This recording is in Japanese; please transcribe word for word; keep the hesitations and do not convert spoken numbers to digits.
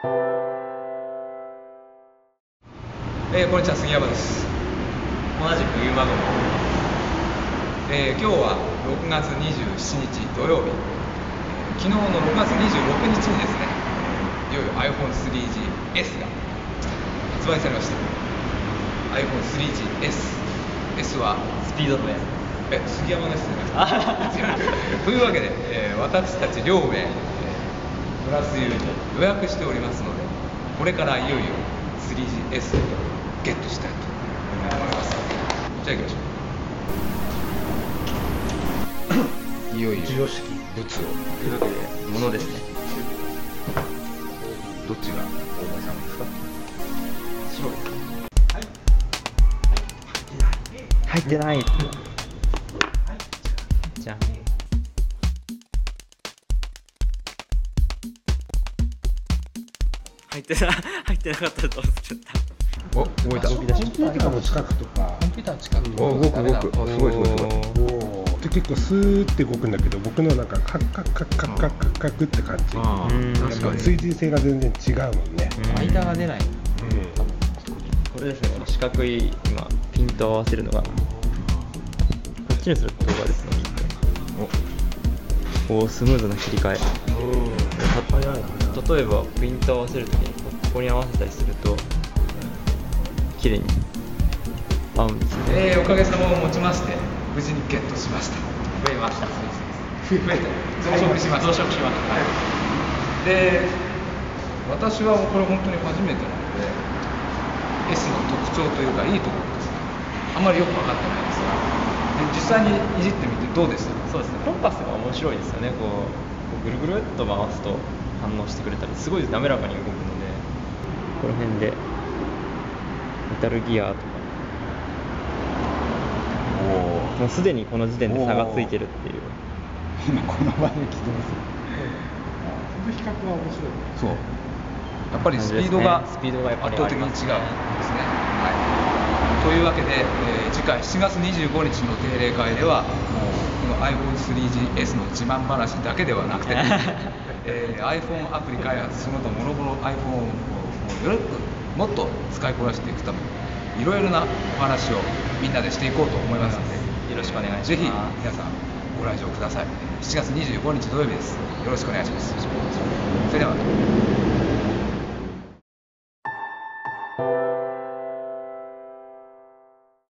えー、こんにちは、杉山です。 同じくユーマゴン、 えー、今日はろくがつにじゅうしちにち土曜日、えー、昨日のろくがつにじゅうろくにちにですね、いよいよ アイフォンスリージーエス が発売されました。 アイフォンスリージーエス S はスピードのやえ杉山ですねというわけで、えー、私たち両名、えー、プラス U に予約しておりますので、これからいよいよ スリージーエス をゲットしたいと思います。じゃあ行きましょういよいよ授与式物をというわけで物ですね。 どっちが大前さんですか？ 白です。入ってない。じゃん。入ってな入ってなかったらどうするんだ。 お、動いた。 コンピューターの近くとかコンピューター近く。 お動く動く。あ、すごいすごいすごい。 おーで結構スーって動くんだけど、僕のなんかカッカッカッカッカッカッカッって感じ。 あうんあ、確かに。 追従性が全然違うもんね。 間が出ない。 これですね、この四角い今ピントを合わせるのがこっちにすると動画ですね。おお、スムーズな切り替え。た例えばピントを合わせるときにここに合わせたりすると綺麗に合うんですね。 えー、おかげさまをもちまして無事にゲットしました。 増えました。 増えて増殖しました。 増殖しました。 はい。で、私はこれ本当に初めてなので S の特徴というかいいところですね、あんまりよく分かってないですが、で実際にいじってみてどうでしたか？ そうですね、コンパスが面白いですよね。こう、こうぐるぐるっと回すと反応してくれたり、すごい滑らかに動くので、この辺でメタルギアとかもうすでにこの時点で差がついてるっていう。 今この場で起動する。この比較は面白い。 そう、やっぱりスピードがスピードがやっぱり圧倒的に違うんですね。はい、というわけで、えー、次回しちがつにじゅうごにちの定例会ではこの アイフォンスリージーエス の自慢話だけではなくて、えー、iPhone アプリ開発その他もろもろ iPhone をよくもっと使いこなしていくためにいろいろなお話をみんなでしていこうと思いますので、 よろしくお願いします。 ぜひ皆さんご来場ください。しちがつにじゅうごにち土曜日です。よろしくお願いします。それではまた。